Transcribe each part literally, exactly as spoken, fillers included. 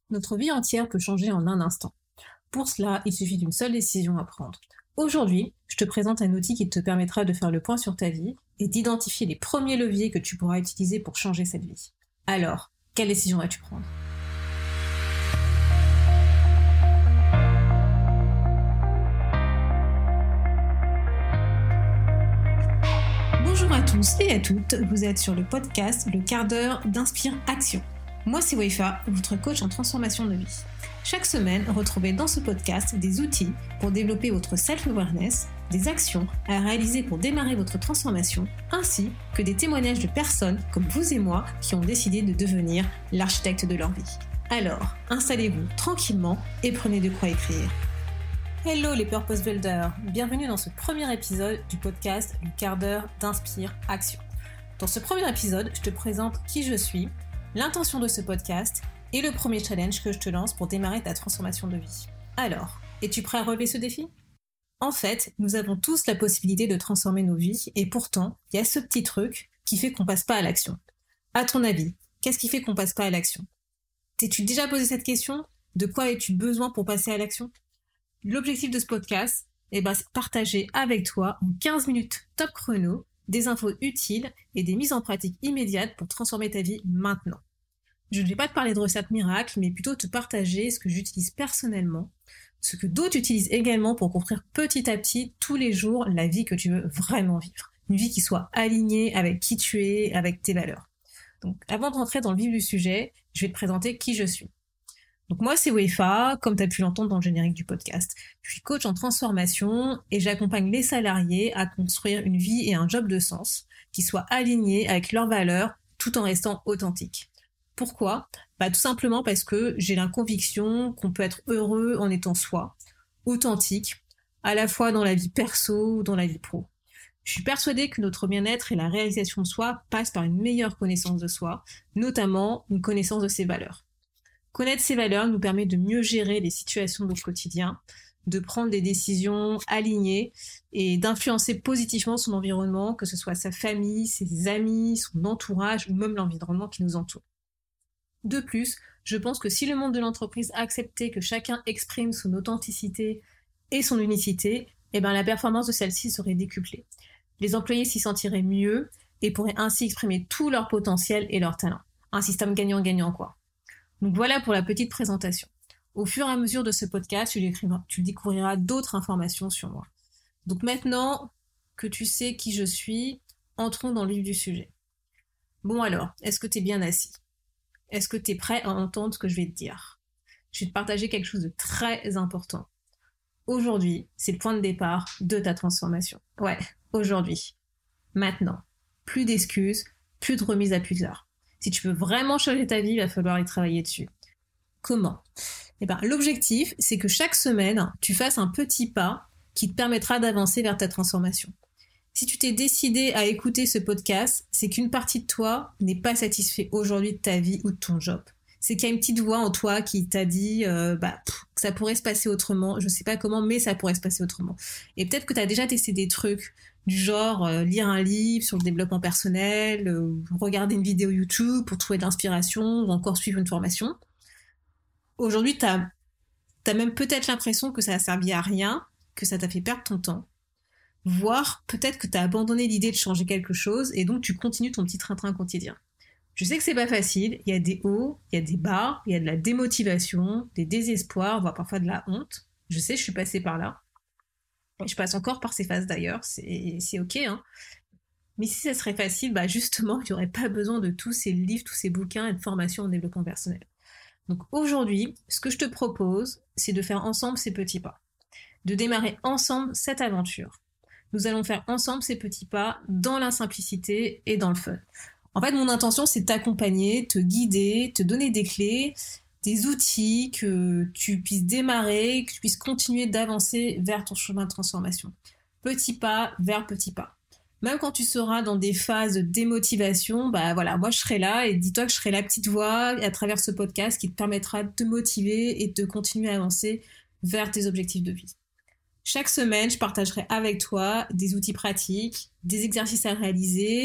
Notre vie entière peut changer en un instant. Pour cela, il suffit d'une seule décision à prendre. Aujourd'hui, je te présente un outil qui te permettra de faire le point sur ta vie et d'identifier les premiers leviers que tu pourras utiliser pour changer cette vie. Alors, quelle décision vas-tu prendre ? Bonjour à tous et à toutes, vous êtes sur le podcast Le quart d'heure d'Inspire Action. Moi c'est Waifa, votre coach en transformation de vie. Chaque semaine, retrouvez dans ce podcast des outils pour développer votre self-awareness, des actions à réaliser pour démarrer votre transformation, ainsi que des témoignages de personnes comme vous et moi qui ont décidé de devenir l'architecte de leur vie. Alors, installez-vous tranquillement et prenez de quoi écrire. Hello les Purpose Builders, bienvenue dans ce premier épisode du podcast Le quart d'heure d'Inspire Action. Dans ce premier épisode, je te présente qui je suis, l'intention de ce podcast et le premier challenge que je te lance pour démarrer ta transformation de vie. Alors, es-tu prêt à relever ce défi ? En fait, nous avons tous la possibilité de transformer nos vies et pourtant, il y a ce petit truc qui fait qu'on passe pas à l'action. À ton avis, qu'est-ce qui fait qu'on passe pas à l'action ? T'es-tu déjà posé cette question ? De quoi as-tu besoin pour passer à l'action ? L'objectif de ce podcast, eh ben, c'est de partager avec toi en quinze minutes top chrono des infos utiles et des mises en pratique immédiates pour transformer ta vie maintenant. Je ne vais pas te parler de recettes miracles, mais plutôt te partager ce que j'utilise personnellement, ce que d'autres utilisent également pour construire petit à petit, tous les jours, la vie que tu veux vraiment vivre. Une vie qui soit alignée avec qui tu es, avec tes valeurs. Donc, avant de rentrer dans le vif du sujet, je vais te présenter qui je suis. Donc moi, c'est Waifa, comme tu as pu l'entendre dans le générique du podcast. Je suis coach en transformation et j'accompagne les salariés à construire une vie et un job de sens qui soient alignés avec leurs valeurs tout en restant authentiques. Pourquoi ? Bah, tout simplement parce que j'ai la conviction qu'on peut être heureux en étant soi, authentique, à la fois dans la vie perso ou dans la vie pro. Je suis persuadée que notre bien-être et la réalisation de soi passent par une meilleure connaissance de soi, notamment une connaissance de ses valeurs. Connaître ses valeurs nous permet de mieux gérer les situations de notre quotidien, de prendre des décisions alignées et d'influencer positivement son environnement, que ce soit sa famille, ses amis, son entourage ou même l'environnement qui nous entoure. De plus, je pense que si le monde de l'entreprise acceptait que chacun exprime son authenticité et son unicité, eh ben la performance de celle-ci serait décuplée. Les employés s'y sentiraient mieux et pourraient ainsi exprimer tout leur potentiel et leur talent. Un système gagnant-gagnant quoi. Donc voilà pour la petite présentation. Au fur et à mesure de ce podcast, tu, tu découvriras d'autres informations sur moi. Donc maintenant que tu sais qui je suis, entrons dans le vif du sujet. Bon alors, est-ce que tu es bien assis ? Est-ce que tu es prêt à entendre ce que je vais te dire ? Je vais te partager quelque chose de très important. Aujourd'hui, c'est le point de départ de ta transformation. Ouais, aujourd'hui. Maintenant. Plus d'excuses, plus de remise à plus tard. Si tu veux vraiment changer ta vie, il va falloir y travailler dessus. Comment ? Eh ben, l'objectif, c'est que chaque semaine, tu fasses un petit pas qui te permettra d'avancer vers ta transformation. Si tu t'es décidé à écouter ce podcast, c'est qu'une partie de toi n'est pas satisfait aujourd'hui de ta vie ou de ton job. C'est qu'il y a une petite voix en toi qui t'a dit euh, bah, pff, que ça pourrait se passer autrement. Je sais pas comment, mais ça pourrait se passer autrement. Et peut-être que tu as déjà testé des trucs du genre euh, lire un livre sur le développement personnel, euh, regarder une vidéo YouTube pour trouver de l'inspiration ou encore suivre une formation. Aujourd'hui, tu as même peut-être l'impression que ça a servi à rien, que ça t'a fait perdre ton temps. Voire peut-être que tu as abandonné l'idée de changer quelque chose et donc tu continues ton petit train-train quotidien. Je sais que c'est pas facile, il y a des hauts, il y a des bas, il y a de la démotivation, des désespoirs, voire parfois de la honte. Je sais, je suis passée par là. Je passe encore par ces phases d'ailleurs, c'est, c'est ok. Hein. Mais si ça serait facile, bah justement, il n'y aurait pas besoin de tous ces livres, tous ces bouquins et de formations en développement personnel. Donc aujourd'hui, ce que je te propose, c'est de faire ensemble ces petits pas. De démarrer ensemble cette aventure. Nous allons faire ensemble ces petits pas dans la simplicité et dans le fun. En fait, mon intention, c'est de t'accompagner, te guider, te donner des clés, des outils, que tu puisses démarrer, que tu puisses continuer d'avancer vers ton chemin de transformation. Petit pas vers petit pas. Même quand tu seras dans des phases de démotivation, bah voilà, moi je serai là et dis-toi que je serai la petite voix à travers ce podcast qui te permettra de te motiver et de continuer à avancer vers tes objectifs de vie. Chaque semaine, je partagerai avec toi des outils pratiques, des exercices à réaliser,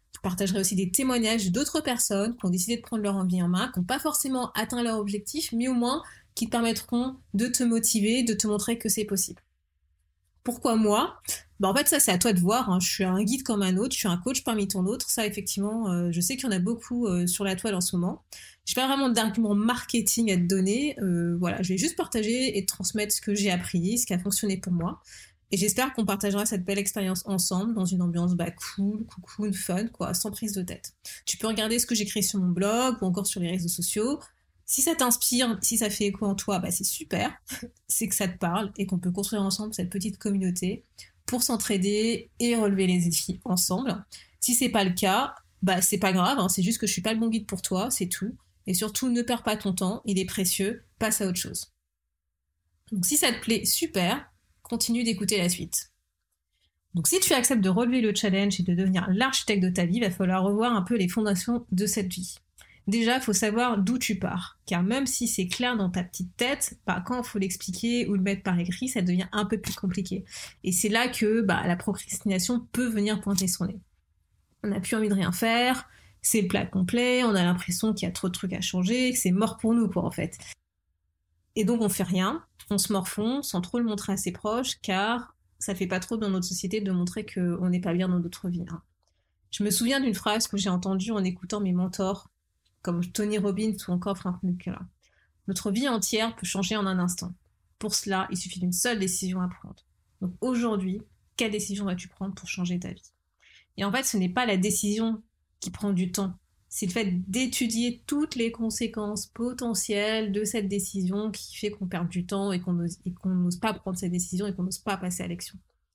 Je partagerai aussi des témoignages d'autres personnes qui ont décidé de prendre leur vie en main, qui n'ont pas forcément atteint leur objectif, mais au moins qui te permettront de te motiver, de te montrer que c'est possible. Pourquoi moi ? Bah en fait, ça, c'est à toi de voir. Hein. Je suis un guide comme un autre, je suis un coach parmi tant d'autres. Ça, effectivement, euh, je sais qu'il y en a beaucoup euh, sur la toile en ce moment. Je n'ai pas vraiment d'argument marketing à te donner. Euh, voilà, je vais juste partager et te transmettre ce que j'ai appris, ce qui a fonctionné pour moi. Et j'espère qu'on partagera cette belle expérience ensemble dans une ambiance bah, cool, cocoon, fun, quoi, sans prise de tête. Tu peux regarder ce que j'écris sur mon blog ou encore sur les réseaux sociaux. Si ça t'inspire, si ça fait écho en toi, bah c'est super. C'est que ça te parle et qu'on peut construire ensemble cette petite communauté pour s'entraider et relever les défis ensemble. Si c'est pas le cas, bah c'est pas grave, hein, c'est juste que je suis pas le bon guide pour toi, c'est tout. Et surtout, ne perds pas ton temps, il est précieux, passe à autre chose. Donc si ça te plaît, super, continue d'écouter la suite. Donc si tu acceptes de relever le challenge et de devenir l'architecte de ta vie, il va falloir revoir un peu les fondations de cette vie. Déjà, il faut savoir d'où tu pars, car même si c'est clair dans ta petite tête, bah, quand il faut l'expliquer ou le mettre par écrit, ça devient un peu plus compliqué. Et c'est là que bah, la procrastination peut venir pointer son nez. On n'a plus envie de rien faire, c'est le plat complet, on a l'impression qu'il y a trop de trucs à changer, que c'est mort pour nous, quoi, en fait. Et donc on fait rien, on se morfond sans trop le montrer à ses proches, car ça fait pas trop dans notre société de montrer qu'on n'est pas bien dans notre vie. Hein. Je me souviens d'une phrase que j'ai entendue en écoutant mes mentors, comme Tony Robbins ou encore Frank Knuckler. Notre vie entière peut changer en un instant. Pour cela, il suffit d'une seule décision à prendre. Donc aujourd'hui, quelle décision vas-tu prendre pour changer ta vie ? Et en fait, ce n'est pas la décision qui prend du temps. C'est le fait d'étudier toutes les conséquences potentielles de cette décision qui fait qu'on perd du temps et qu'on n'ose, et qu'on n'ose pas prendre cette décision et qu'on n'ose pas passer à l'action.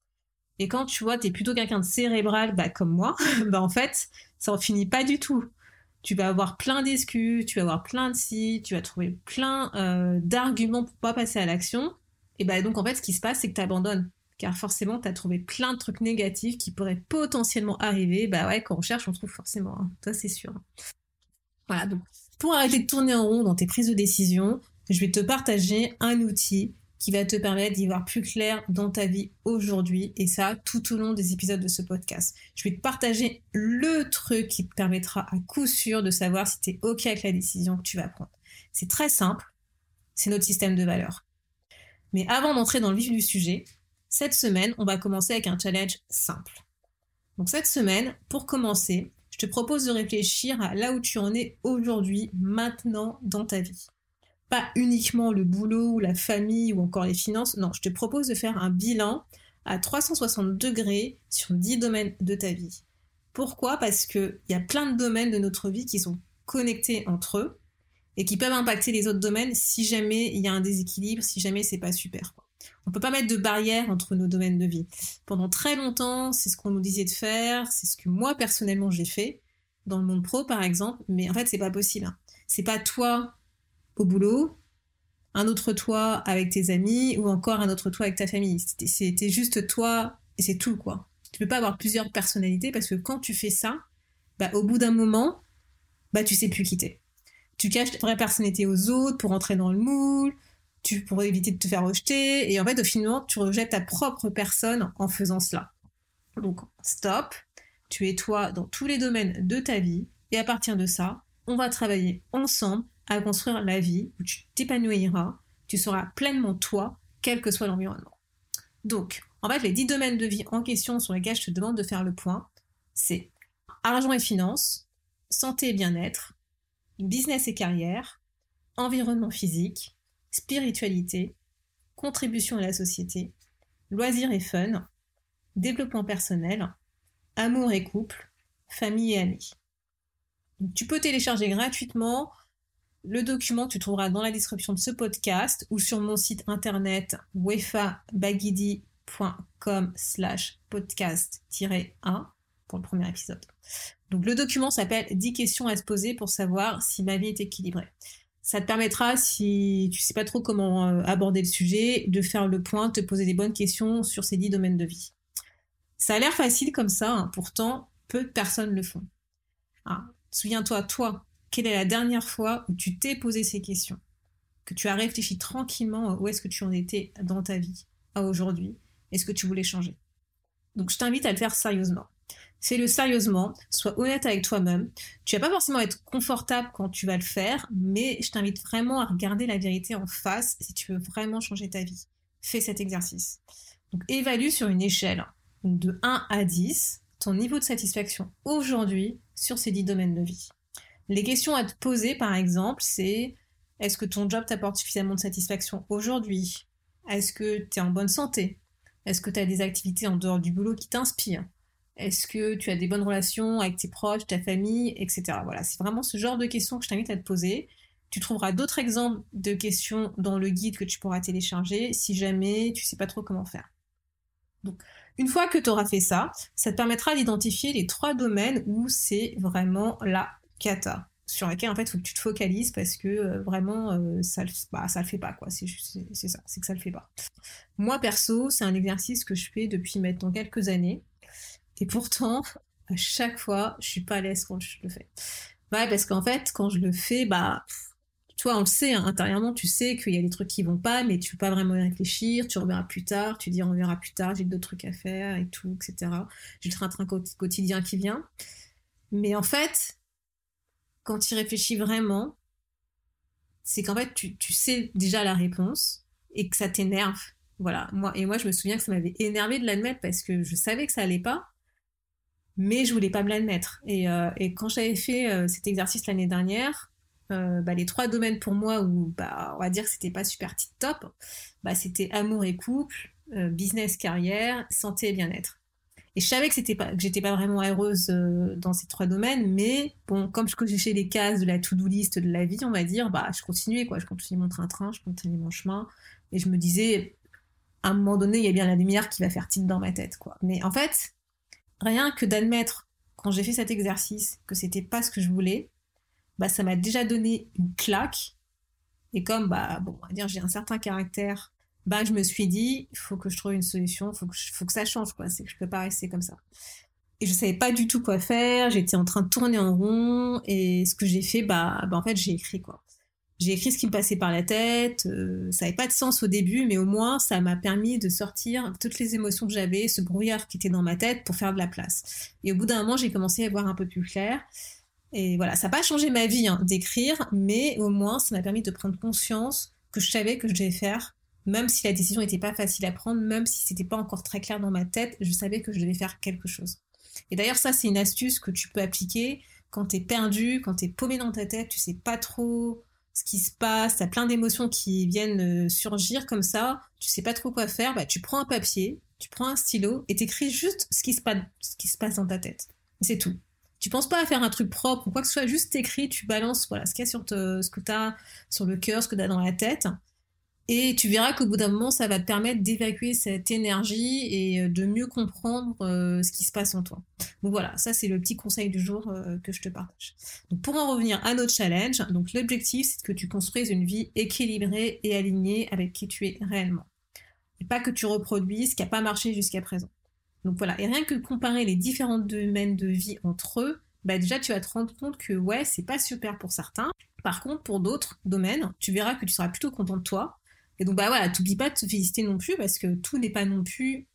Et quand tu vois, t'es plutôt quelqu'un de cérébral, bah, comme moi, bah, en fait, ça en finit pas du tout. Tu vas avoir plein d'excuses, tu vas avoir plein de si, tu vas trouver plein euh, d'arguments pour pas passer à l'action. Et bah donc en fait, ce qui se passe, c'est que tu abandonnes. Car forcément, tu as trouvé plein de trucs négatifs qui pourraient potentiellement arriver. Bah ouais, quand on cherche, on trouve forcément. Hein. Ça, c'est sûr. Voilà, donc pour arrêter de tourner en rond dans tes prises de décision, je vais te partager un outil qui va te permettre d'y voir plus clair dans ta vie aujourd'hui, et ça tout au long des épisodes de ce podcast. Je vais te partager le truc qui te permettra à coup sûr de savoir si tu es OK avec la décision que tu vas prendre. C'est très simple, c'est notre système de valeurs. Mais avant d'entrer dans le vif du sujet, cette semaine, on va commencer avec un challenge simple. Donc cette semaine, pour commencer, je te propose de réfléchir à là où tu en es aujourd'hui, maintenant dans ta vie. Pas uniquement le boulot ou la famille ou encore les finances. Non, je te propose de faire un bilan à trois cent soixante degrés sur dix domaines de ta vie. Pourquoi ? Parce qu'il y a plein de domaines de notre vie qui sont connectés entre eux et qui peuvent impacter les autres domaines si jamais il y a un déséquilibre, si jamais c'est pas super. On peut pas mettre de barrière entre nos domaines de vie. Pendant très longtemps, c'est ce qu'on nous disait de faire, c'est ce que moi personnellement j'ai fait, dans le monde pro par exemple, mais en fait c'est pas possible. C'est pas toi au boulot, un autre toi avec tes amis ou encore un autre toi avec ta famille. C'était, c'était juste toi et c'est tout, quoi. Tu peux pas avoir plusieurs personnalités parce que quand tu fais ça, bah, au bout d'un moment, bah, tu sais plus qui t'es. Tu caches ta vraie personnalité aux autres pour entrer dans le moule, tu, pour éviter de te faire rejeter, et en fait, au final, tu rejettes ta propre personne en faisant cela. Donc, stop, tu es toi dans tous les domaines de ta vie, et à partir de ça, on va travailler ensemble à construire la vie où tu t'épanouiras, tu seras pleinement toi, quel que soit l'environnement. Donc, en fait, les dix domaines de vie en question sur lesquels je te demande de faire le point, c'est argent et finances, santé et bien-être, business et carrière, environnement physique, spiritualité, contribution à la société, loisirs et fun, développement personnel, amour et couple, famille et amis. Donc, tu peux télécharger gratuitement le document que tu trouveras dans la description de ce podcast ou sur mon site internet wefabagidi.com slash podcast-un pour le premier épisode. Donc le document s'appelle dix questions à se poser pour savoir si ma vie est équilibrée. Ça te permettra, si tu sais pas trop comment aborder le sujet, de faire le point, de te poser des bonnes questions sur ces dix domaines de vie. Ça a l'air facile comme ça, hein, pourtant peu de personnes le font. Ah, souviens-toi, toi, quelle est la dernière fois où tu t'es posé ces questions ? Que tu as réfléchi tranquillement où est-ce que tu en étais dans ta vie à aujourd'hui ? Est-ce que tu voulais changer ? Donc je t'invite à le faire sérieusement. Fais-le sérieusement, sois honnête avec toi-même. Tu vas pas forcément être confortable quand tu vas le faire, mais je t'invite vraiment à regarder la vérité en face si tu veux vraiment changer ta vie. Fais cet exercice. Donc évalue sur une échelle de un à dix ton niveau de satisfaction aujourd'hui sur ces dix domaines de vie. Les questions à te poser par exemple, c'est est-ce que ton job t'apporte suffisamment de satisfaction aujourd'hui ? Est-ce que tu es en bonne santé ? Est-ce que tu as des activités en dehors du boulot qui t'inspirent ? Est-ce que tu as des bonnes relations avec tes proches, ta famille, et cetera. Voilà, c'est vraiment ce genre de questions que je t'invite à te poser. Tu trouveras d'autres exemples de questions dans le guide que tu pourras télécharger si jamais tu sais pas trop comment faire. Donc, une fois que tu auras fait ça, ça te permettra d'identifier les trois domaines où c'est vraiment la cata, sur laquelle en fait il faut que tu te focalises parce que euh, vraiment euh, ça, bah, ça le fait pas quoi, c'est, c'est, c'est ça, c'est que ça le fait pas. Moi perso, c'est un exercice que je fais depuis maintenant quelques années. Et pourtant, à chaque fois, je suis pas à l'aise quand je le fais. Ouais, parce qu'en fait, quand je le fais, bah, tu vois, on le sait, hein, intérieurement, tu sais qu'il y a des trucs qui vont pas, mais tu peux pas vraiment y réfléchir, tu reverras plus tard, tu dis on verra plus tard, j'ai d'autres trucs à faire et tout, et cetera. J'ai le train-train quotidien qui vient. Mais en fait, quand tu y réfléchis vraiment, c'est qu'en fait, tu, tu sais déjà la réponse et que ça t'énerve. Voilà. Moi, et moi, je me souviens que ça m'avait énervé de l'admettre parce que je savais que ça allait pas. Mais je voulais pas me l'admettre. Et, euh, et quand j'avais fait euh, cet exercice l'année dernière, euh, bah, les trois domaines pour moi où bah, on va dire que c'était pas super tip-top, bah, c'était amour et couple, euh, business, carrière, santé et bien-être. Et je savais que, c'était pas, que j'étais pas vraiment heureuse euh, dans ces trois domaines, mais bon, comme je cochais les cases de la to-do list de la vie, on va dire, bah, je continuais, quoi. Je continuais mon train-train, je continuais mon chemin, et je me disais, à un moment donné, il y a bien la lumière qui va faire tilt dans ma tête, quoi. Mais en fait, rien que d'admettre, quand j'ai fait cet exercice, que c'était pas ce que je voulais, bah ça m'a déjà donné une claque. Et comme, bah, bon, on va dire, j'ai un certain caractère, bah je me suis dit, il faut que je trouve une solution, il faut que, je, faut que ça change, quoi. C'est que je peux pas rester comme ça. Et je savais pas du tout quoi faire, j'étais en train de tourner en rond, et ce que j'ai fait, bah, bah en fait, j'ai écrit, quoi. J'ai écrit ce qui me passait par la tête, euh, ça n'avait pas de sens au début, mais au moins ça m'a permis de sortir toutes les émotions que j'avais, ce brouillard qui était dans ma tête pour faire de la place. Et au bout d'un moment, j'ai commencé à voir un peu plus clair. Et voilà, ça n'a pas changé ma vie hein, d'écrire, mais au moins ça m'a permis de prendre conscience que je savais que je devais faire, même si la décision n'était pas facile à prendre, même si c'était pas encore très clair dans ma tête, je savais que je devais faire quelque chose. Et d'ailleurs, ça, c'est une astuce que tu peux appliquer quand t'es perdu, quand t'es paumé dans ta tête, tu sais pas trop ce qui se passe, t'as plein d'émotions qui viennent surgir comme ça, tu sais pas trop quoi faire, bah tu prends un papier, tu prends un stylo et t'écris juste ce qui se passe, ce qui se passe dans ta tête. C'est tout. Tu penses pas à faire un truc propre ou quoi que ce soit, juste t'écris, tu balances voilà, ce qu'il y a sur te, ce que t'as sur le cœur, ce que t'as dans la tête. Et tu verras qu'au bout d'un moment, ça va te permettre d'évacuer cette énergie et de mieux comprendre euh, ce qui se passe en toi. Donc voilà, ça c'est le petit conseil du jour euh, que je te partage. Donc pour en revenir à notre challenge, donc l'objectif c'est que tu construises une vie équilibrée et alignée avec qui tu es réellement. Et pas que tu reproduises ce qui n'a pas marché jusqu'à présent. Donc voilà, et rien que de comparer les différents domaines de vie entre eux, bah déjà tu vas te rendre compte que ouais, c'est pas super pour certains. Par contre, pour d'autres domaines, tu verras que tu seras plutôt content de toi. Et donc, bah voilà, t'oublies pas de te féliciter non plus parce que tout n'est pas non plus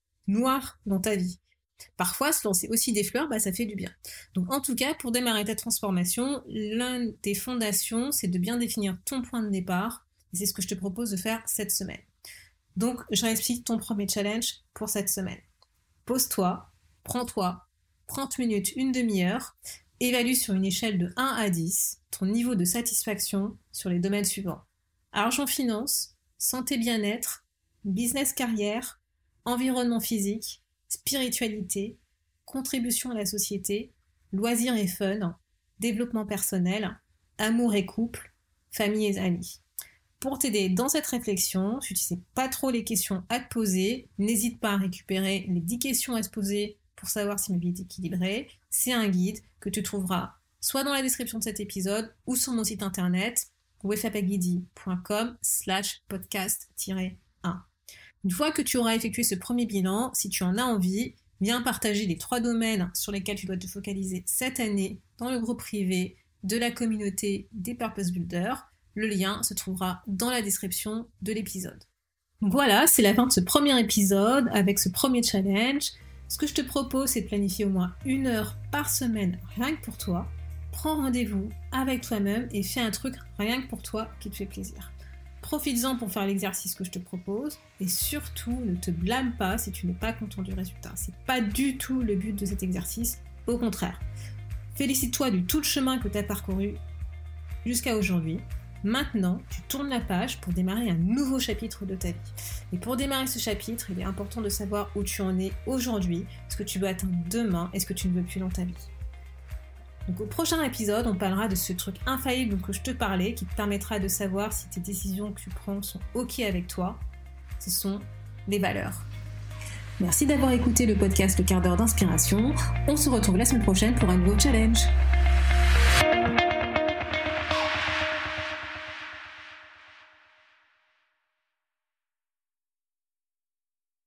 noir dans ta vie. Parfois, se lancer aussi des fleurs, bah ça fait du bien. Donc, en tout cas, pour démarrer ta transformation, l'une des fondations, c'est de bien définir ton point de départ. Et c'est ce que je te propose de faire cette semaine. Donc, je réexplique ton premier challenge pour cette semaine. Pose-toi, prends-toi trente minutes, une demi-heure, évalue sur une échelle de un à dix ton niveau de satisfaction sur les domaines suivants. Argent-finance, santé-bien-être, business-carrière, environnement physique, spiritualité, contribution à la société, loisirs et fun, développement personnel, amour et couple, famille et amis. Pour t'aider dans cette réflexion, si tu ne sais pas trop les questions à te poser, n'hésite pas à récupérer les dix questions à se poser pour savoir si ma vie est équilibrée. C'est un guide que tu trouveras soit dans la description de cet épisode ou sur mon site internet wefapagidi.com slash podcast-un. Une fois que tu auras effectué ce premier bilan, si tu en as envie, viens partager les trois domaines sur lesquels tu dois te focaliser cette année dans le groupe privé de la communauté des Purpose Builders. Le lien se trouvera dans la description de l'épisode. Donc voilà, c'est la fin de ce premier épisode avec ce premier challenge. Ce que je te propose, c'est de planifier au moins une heure par semaine rien que pour toi. Prends rendez-vous avec toi-même et fais un truc rien que pour toi qui te fait plaisir. Profites-en pour faire l'exercice que je te propose et surtout ne te blâme pas si tu n'es pas content du résultat. C'est pas du tout le but de cet exercice, au contraire. Félicite-toi du tout le chemin que tu as parcouru jusqu'à aujourd'hui. Maintenant, tu tournes la page pour démarrer un nouveau chapitre de ta vie. Et pour démarrer ce chapitre, il est important de savoir où tu en es aujourd'hui, ce que tu veux atteindre demain et ce que tu ne veux plus dans ta vie. Donc au prochain épisode, on parlera de ce truc infaillible dont je te parlais, qui te permettra de savoir si tes décisions que tu prends sont OK avec toi. Ce sont les valeurs. Merci d'avoir écouté le podcast Le quart d'heure d'inspiration. On se retrouve la semaine prochaine pour un nouveau challenge.